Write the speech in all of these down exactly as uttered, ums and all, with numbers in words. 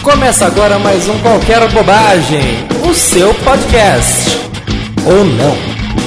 Começa agora mais um Qualquer Bobagem, o seu podcast. Ou não.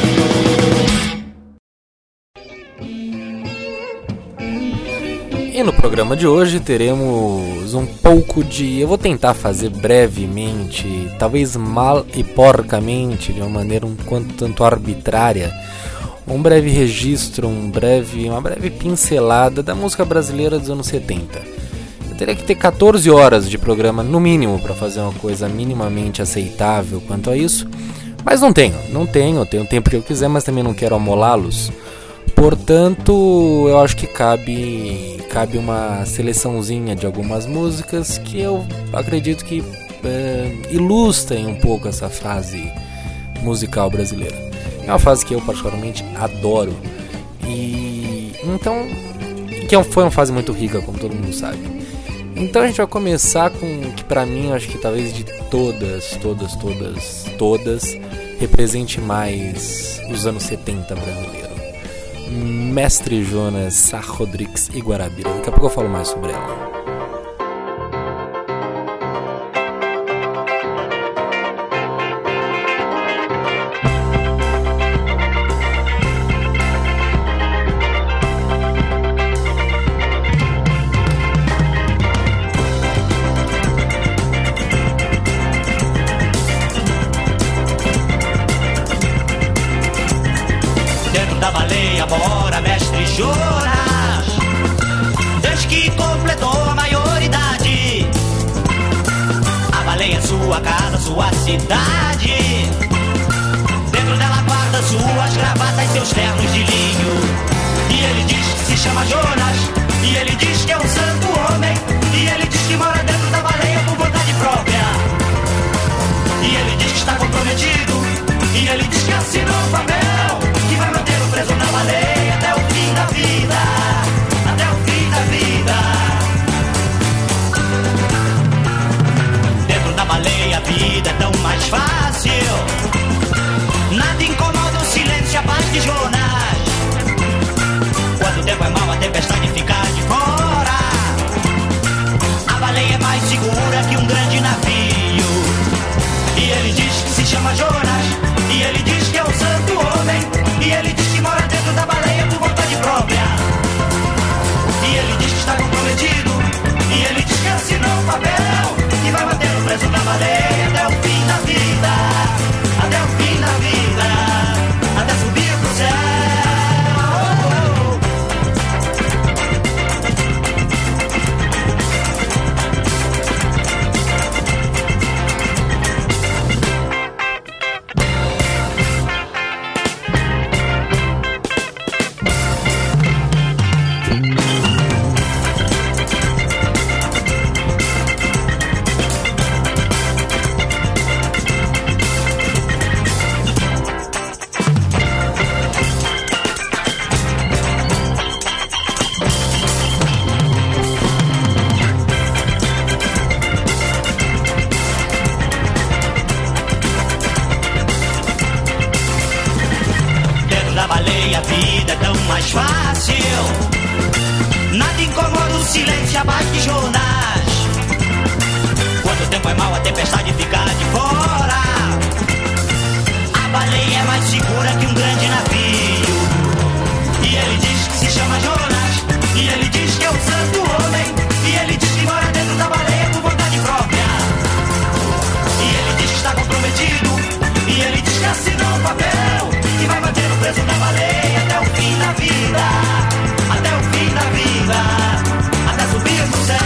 E no programa de hoje teremos um pouco de... Eu vou tentar fazer brevemente, talvez mal e porcamente, de uma maneira um quanto tanto arbitrária, um breve registro, um breve, uma breve pincelada da música brasileira dos anos setenta. Eu teria que ter catorze horas de programa no mínimo para fazer uma coisa minimamente aceitável quanto a isso, mas não tenho, não tenho, eu tenho o tempo que eu quiser, mas também não quero amolá-los. Portanto, eu acho que cabe, cabe uma seleçãozinha de algumas músicas que eu acredito que é, ilustrem um pouco essa fase musical brasileira. É uma fase que eu particularmente adoro. E então, que foi uma fase muito rica, como todo mundo sabe. Então a gente vai começar com o que pra mim, eu acho que talvez de todas, todas, todas, todas, represente mais os anos setenta brasileiro. Mestre Jonas, Sá Rodrigues e Guarabira. Daqui a pouco eu falo mais sobre ela. Mora mestre Jonas, desde que completou a maioridade. A baleia é sua casa, sua cidade. Dentro dela guarda suas gravatas e seus ternos de linho. E ele diz que se chama Jonas, e ele diz que é um santo homem, e ele diz que mora dentro da baleia por vontade própria. E ele diz que está comprometido, e ele diz que assinou um papel que vai manter o preso na baleia até o fim da vida, até o fim da vida. Dentro da baleia a vida é tão mais fácil. Nada incomoda o silêncio e a paz de Jonas. Quando o tempo é mau, a tempestade fica de fora. A baleia é mais segura que um grande navio. E ele diz que se chama Jonas, e ele diz que é um santo homem, e ele diz que mora dentro da baleia por vontade própria. E ele diz que está comprometido, e ele diz que assinou um papel que vai manter o preso na baleia até o fim da vida, até o fim da vida, até subir pro céu. A vida é tão mais fácil. Nada incomoda o silêncio e a paz de Jonas. Quando o tempo é mau, a tempestade fica de fora. A baleia é mais segura que um grande navio. E ele diz que se chama Jonas, e ele diz que é um santo homem, e ele diz que mora dentro da baleia por vontade própria. E ele diz que está comprometido, e ele diz que assinou um papel que vai manter o preso na baleia até o fim da vida, até o fim da vida, até subir no céu.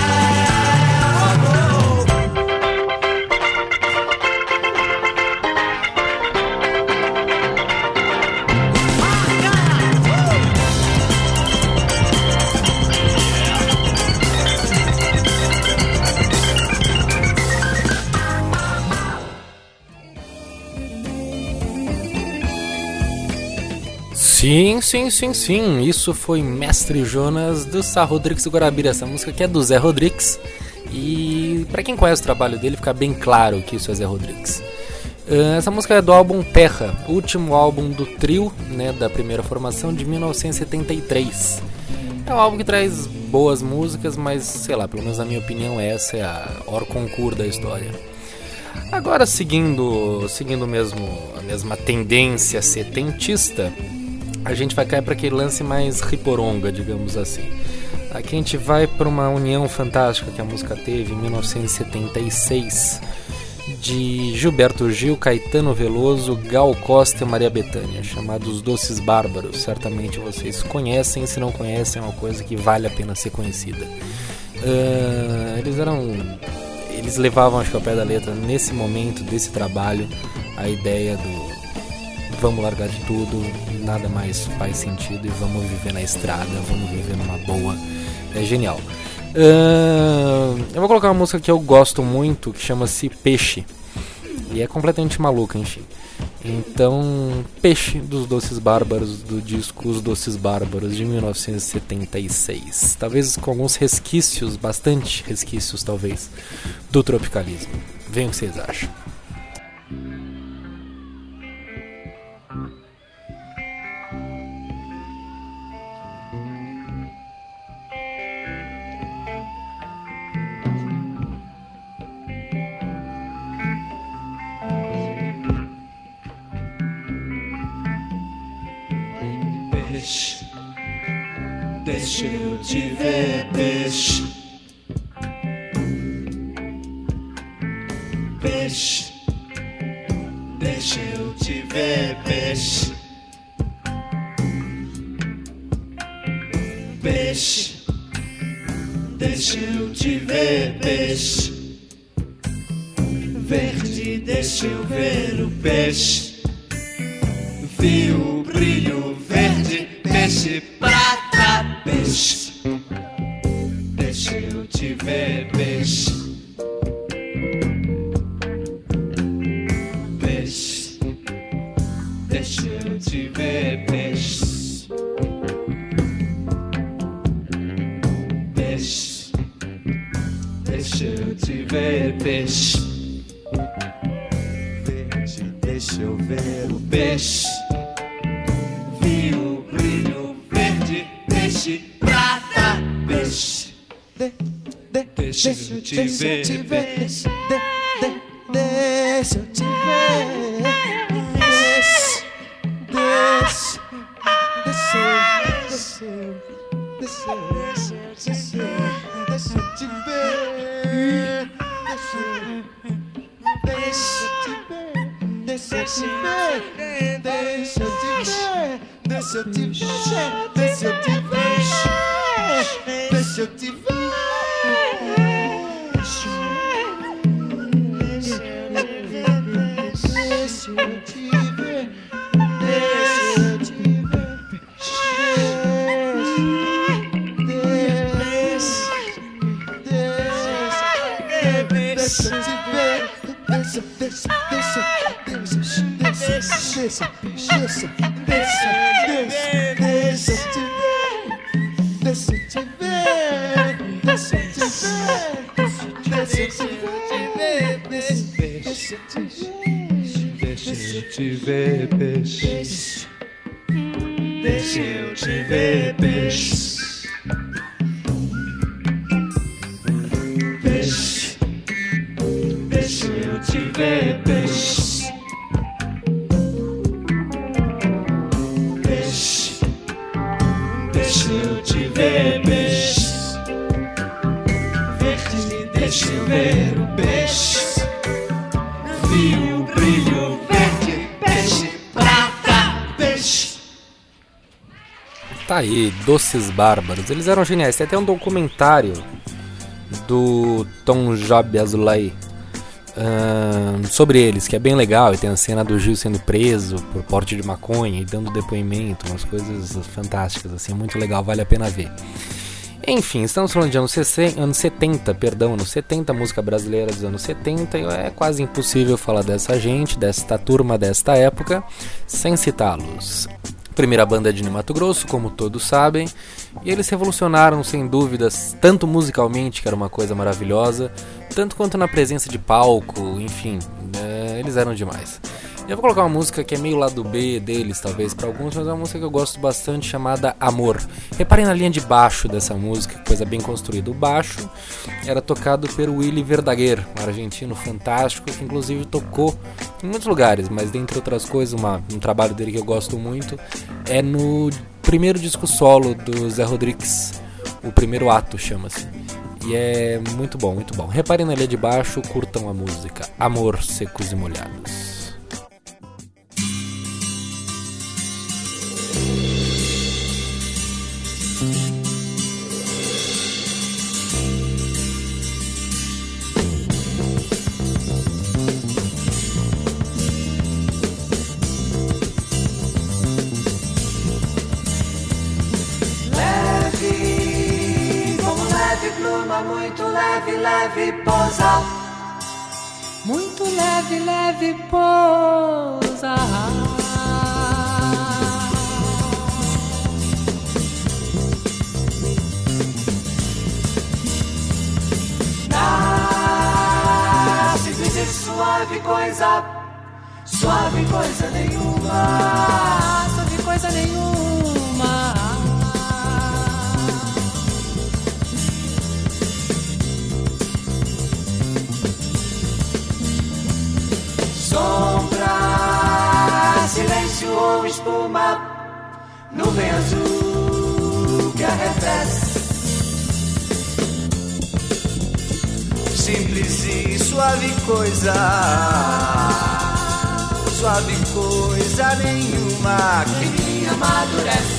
Sim, sim, sim, sim, isso foi Mestre Jonas do Sá Rodrigues e Guarabira, essa música que é do Zé Rodrigues. E pra quem conhece o trabalho dele, fica bem claro que isso é Zé Rodrigues. Essa música é do álbum Terra, último álbum do trio, né, da primeira formação de mil novecentos e setenta e três. É um álbum que traz boas músicas, mas sei lá, pelo menos na minha opinião essa é a hors concours da história. Agora seguindo, seguindo mesmo a mesma tendência setentista, a gente vai cair para aquele lance mais riporonga, digamos assim. Aqui a gente vai para uma união fantástica que a música teve em mil novecentos e setenta e seis, de Gilberto Gil, Caetano Veloso, Gal Costa e Maria Bethânia, chamado Os Doces Bárbaros. Certamente vocês conhecem, se não conhecem é uma coisa que vale a pena ser conhecida. Uh, eles eram... Eles levavam, acho que ao pé da letra, nesse momento desse trabalho, a ideia do vamos largar de tudo, nada mais faz sentido e vamos viver na estrada, vamos viver numa boa. É genial. Uh, eu vou colocar uma música que eu gosto muito, que chama-se Peixe. E é completamente maluca, enfim. Então, Peixe, dos Doces Bárbaros, do disco Os Doces Bárbaros, de mil novecentos e setenta e seis. Talvez com alguns resquícios, bastante resquícios talvez, do tropicalismo. Vejam o que vocês acham. Peixe, deixa eu te ver, peixe. Peixe, deixa eu te ver, peixe. Peixe, deixa eu te ver, peixe. Verde, deixa eu ver o peixe. Vi o brilho verde, peixe prata, peixe. Deixa eu te ver, peixe. Peixe, deixa eu te ver, peixe. Peixe, deixa eu te ver, peixe. Verde, deixa eu ver o peixe. Vi o brilho verde, peixe prata, peixe. De, de, deixa eu te ver, peixe. De, de, deixa eu te ver, peixe. Deixa, deixa, deixa, deixa, deixa, deixa eu te ver, deixa, deixa eu te ver, deixa eu te ver, deixa eu te ver. Deixa eu te ver, deixa eu te ver, deixa eu te ver. Deixa, deixa, deixa, deixa eu te ver, deixa eu te ver, deixa eu te ver, deixa eu te ver, deixa eu te ver, peixe, deixa eu te ver, peixe, peixe, deixa eu te ver, peixe. Deixa eu te ver, peixe. Verde, deixa eu ver o peixe. Vi o brilho verde, peixe prata, peixe. Tá aí, Doces Bárbaros. Eles eram geniais. Tem até um documentário do Tom Jobim Azulay uh, sobre eles, que é bem legal. E tem a cena do Gil sendo preso por porte de maconha e dando depoimento, umas coisas fantásticas, assim, muito legal, vale a pena ver. Enfim, estamos falando de anos, sessenta, anos setenta, perdão, anos setenta, música brasileira dos anos setenta, e é quase impossível falar dessa gente, desta turma, desta época, sem citá-los. Primeira banda de Mato Grosso, como todos sabem, e eles revolucionaram, sem dúvidas, tanto musicalmente, que era uma coisa maravilhosa, tanto quanto na presença de palco, enfim, é, eles eram demais. Eu vou colocar uma música que é meio lado B deles, talvez, para alguns, mas é uma música que eu gosto bastante, chamada Amor. Reparem na linha de baixo dessa música, coisa bem construída. O baixo era tocado pelo Willy Verdaguer, um argentino fantástico, que inclusive tocou em muitos lugares, mas dentre outras coisas, uma, um trabalho dele que eu gosto muito é no primeiro disco solo do Zé Rodrigues, o Primeiro Ato chama-se. E é muito bom, muito bom. Reparem na linha de baixo, curtam a música Amor, Secos e Molhados. Muito leve, leve, pousa. Muito leve, leve, pousa. Ah, simples e suave coisa. Suave coisa nenhuma. Suave coisa nenhuma. Sombra, silêncio ou espuma, nuvem azul que arrefece. Simples e suave coisa, suave coisa nenhuma que me amadurece.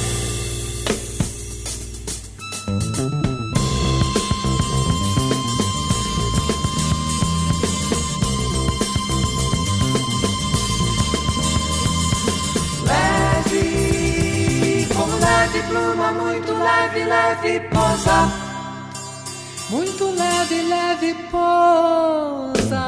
Pluma muito leve, leve, pousa. Muito leve, leve, pousa.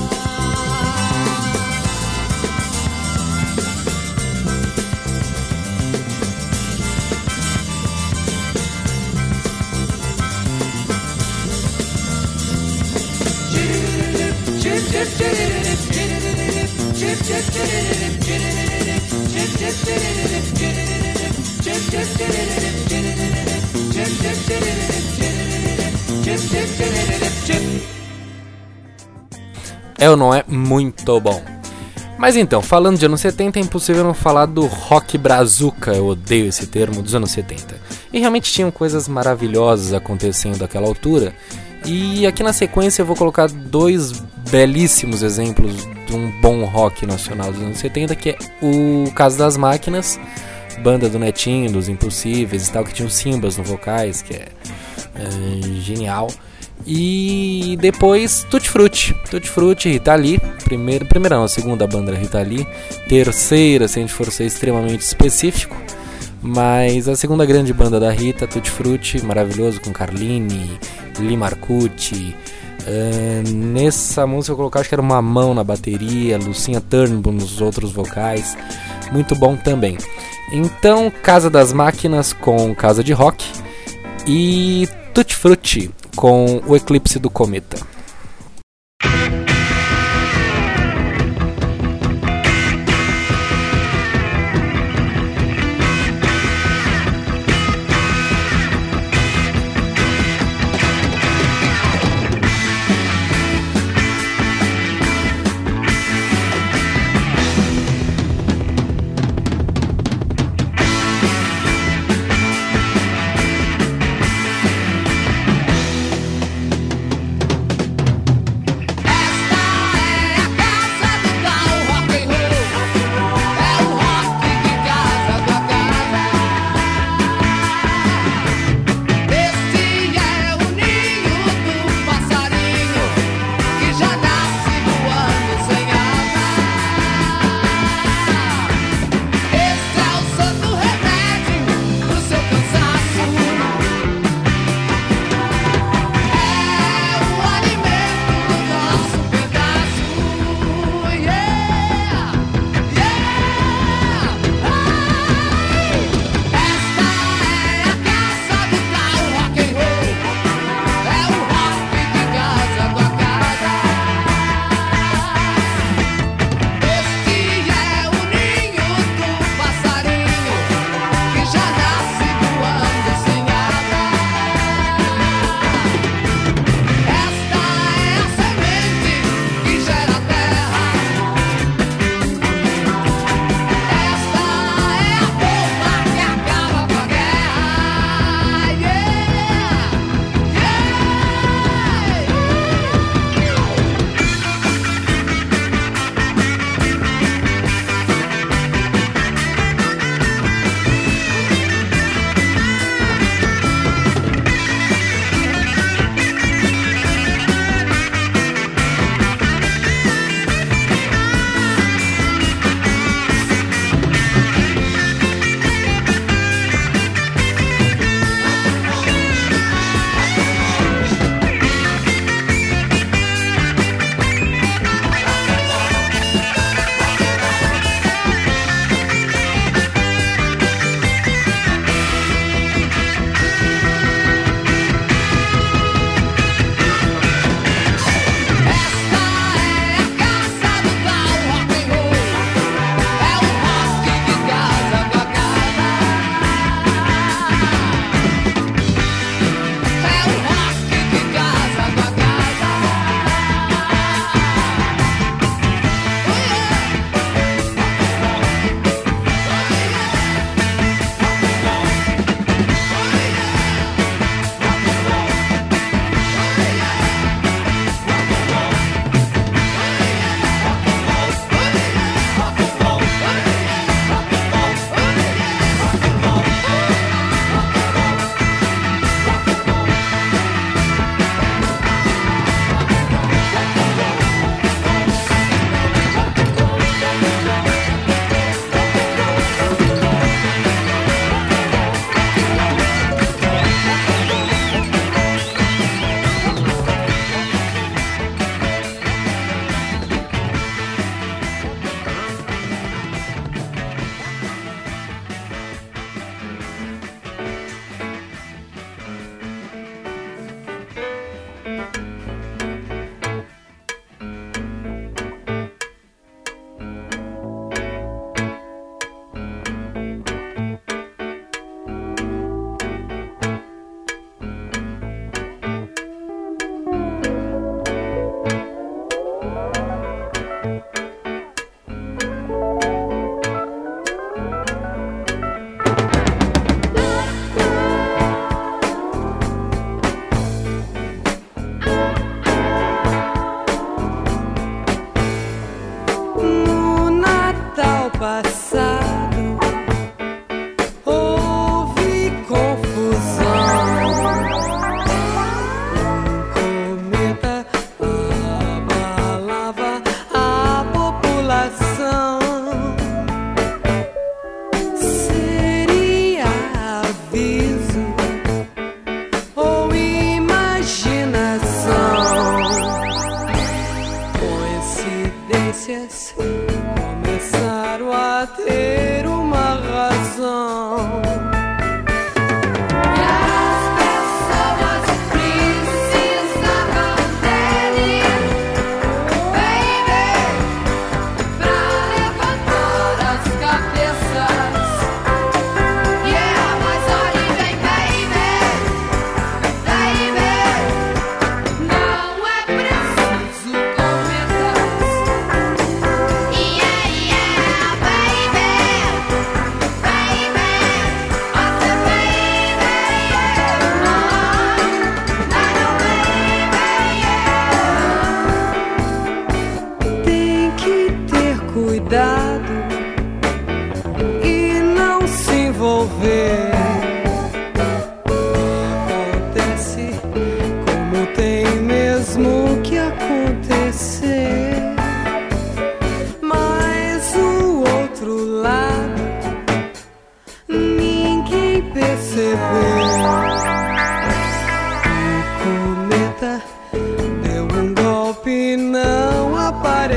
É ou não é muito bom? Mas então, falando de anos setenta, é impossível não falar do rock brazuca, eu odeio esse termo, dos anos setenta. E realmente tinham coisas maravilhosas acontecendo naquela altura. E aqui na sequência eu vou colocar dois belíssimos exemplos de um bom rock nacional dos anos setenta, que é o Casa das Máquinas, banda do Netinho, dos Impossíveis e tal, que tinha os Simbas no vocais, que é, é genial. E depois Tutti Frutti, Tutti Frutti, Rita Lee, primeiro, primeira não, a segunda banda era Rita Lee, terceira, se a gente for ser extremamente específico, mas a segunda grande banda da Rita, Tutti Frutti, maravilhoso, com Carlini, Lee Marcucci. Uh, nessa música eu vou colocar, acho que era uma mão na bateria, Lucinha Turnbull nos outros vocais, muito bom também. Então, Casa das Máquinas com Casa de Rock e Tutti Frutti com O Eclipse do Cometa.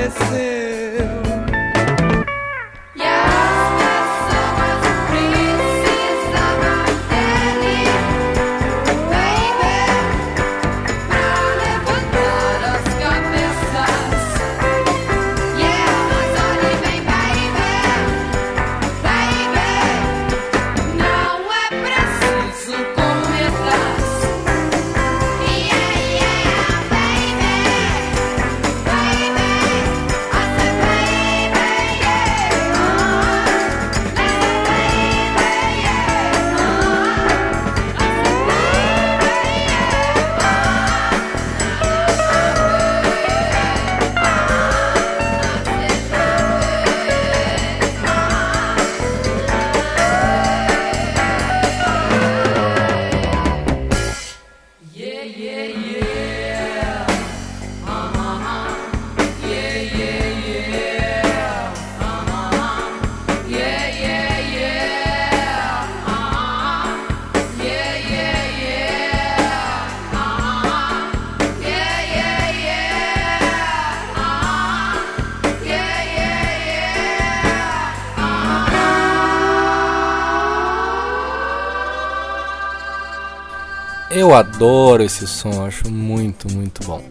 aconteceu. Eu adoro esse som, acho muito, muito bom.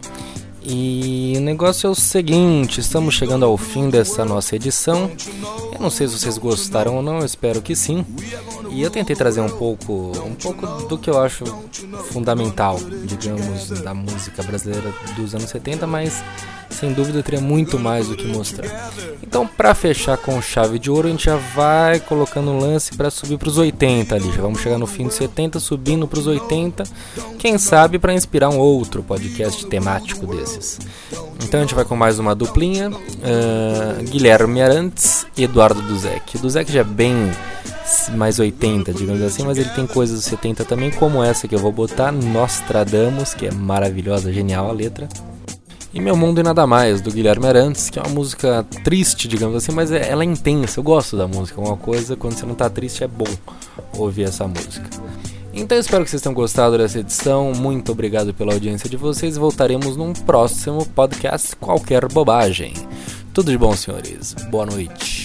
E o negócio é o seguinte, estamos chegando ao fim dessa nossa edição. Eu não sei se vocês gostaram ou não, eu espero que sim. E eu tentei trazer um pouco, um pouco do que eu acho fundamental, digamos, da música brasileira dos anos setenta, mas sem dúvida eu teria muito mais do que mostrar. Então, para fechar com chave de ouro, a gente já vai colocando um lance para subir para os oitenta ali. Já vamos chegar no fim dos setenta, subindo para os oitenta, quem sabe para inspirar um outro podcast temático desses. Então a gente vai com mais uma duplinha, uh, Guilherme Arantes e Eduardo Duzec. O Duzec já é bem mais oitenta, digamos assim, mas ele tem coisas dos setenta também, como essa que eu vou botar, Nostradamus, que é maravilhosa, genial a letra. E Meu Mundo e Nada Mais, do Guilherme Arantes, que é uma música triste, digamos assim, mas ela é intensa, eu gosto da música, uma coisa, quando você não tá triste é bom ouvir essa música. Então eu espero que vocês tenham gostado dessa edição, muito obrigado pela audiência de vocês, voltaremos num próximo podcast Qualquer Bobagem. Tudo de bom, senhores, boa noite.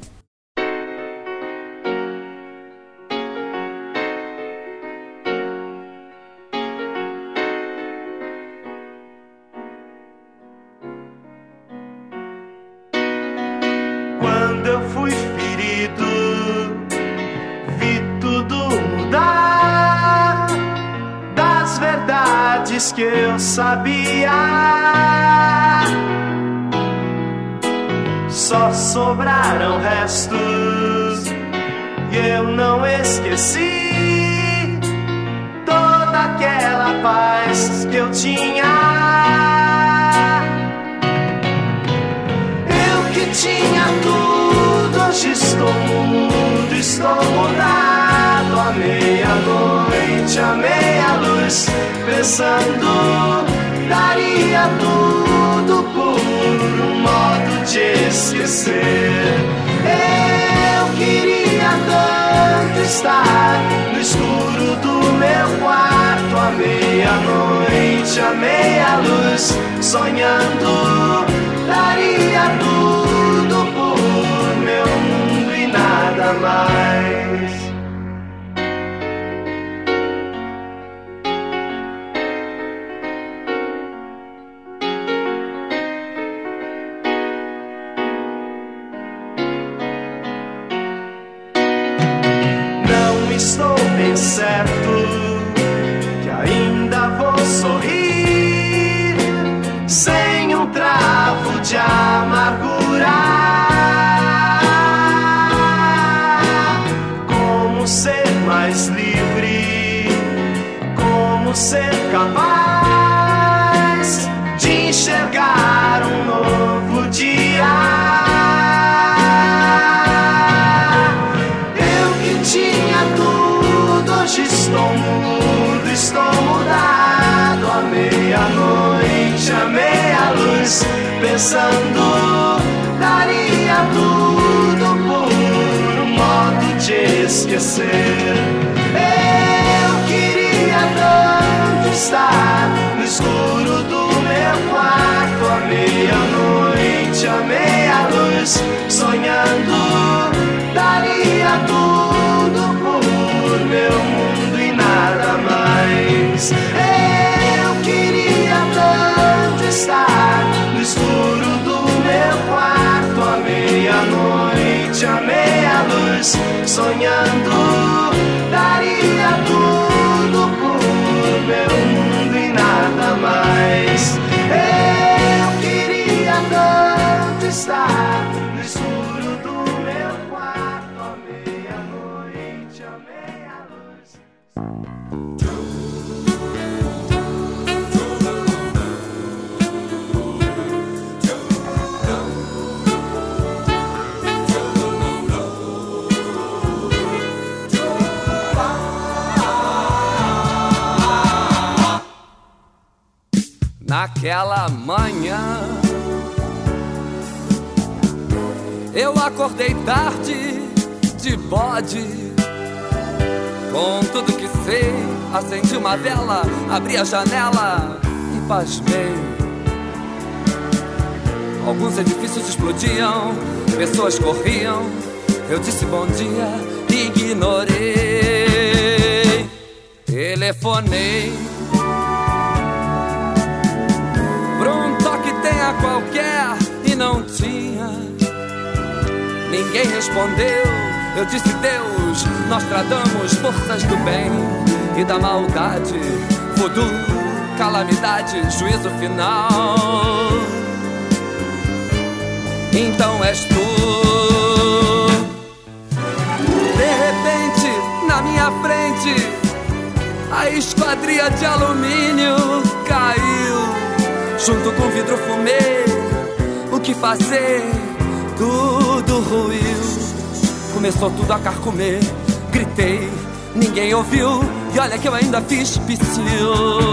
Quando eu fui ferido, vi tudo mudar. Das verdades que eu sabia, só sobraram restos. E eu não esqueci toda aquela paz que eu tinha. Eu que tinha tudo, hoje estou mudo, estou mudado. À meia-noite, à meia-luz, pensando, daria tudo por um modo de esquecer. Eu queria tanto estar no escuro do meu quarto, à meia-noite, à meia-luz, sonhando, daria tudo por meu mundo e nada mais. Não estou bem certo que ainda vou sorrir sem um travo de amargura. Como ser mais livre, como ser capaz de enxergar um novo dia. Eu que tinha tudo, hoje estou mudo, estou mudado. À meia-noite, à meia-luz, pensando, daria tudo por um modo de esquecer. Eu queria tanto estar no escuro do meu quarto, à meia-noite, à luz, sonhando, daria tudo por meu mundo e nada mais. Eu queria tanto estar no escuro do meu quarto à meia-noite, à meia-luz, sonhando, daria tudo por meu mundo e nada mais. Eu queria tanto estar no escuro do meu quarto à meia-noite, à meia-luz. Naquela manhã eu acordei tarde, de bode, com tudo que sei, acendi uma vela, abri a janela e pasmei. Alguns edifícios explodiam, pessoas corriam, eu disse bom dia, ignorei. Telefonei pra um toque tenha qualquer e não tinha. Ninguém respondeu, eu disse Deus, nós tratamos forças do bem e da maldade, voodoo, calamidade, juízo final. Então és tu. De repente, na minha frente, a esquadria de alumínio caiu. Junto com vidro fumê, o que fazer? Tudo ruiu. Começou tudo a carcomer. Gritei, ninguém ouviu. E olha que eu ainda fiz psiu.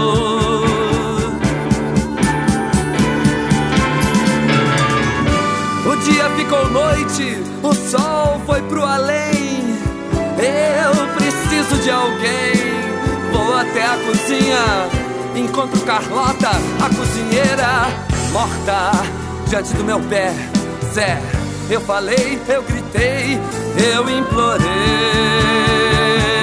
O dia ficou noite, o sol foi pro além. Eu preciso de alguém. Vou até a cozinha, encontro Carlota, a cozinheira, morta diante do meu pé. Zé, eu falei, eu gritei, eu implorei.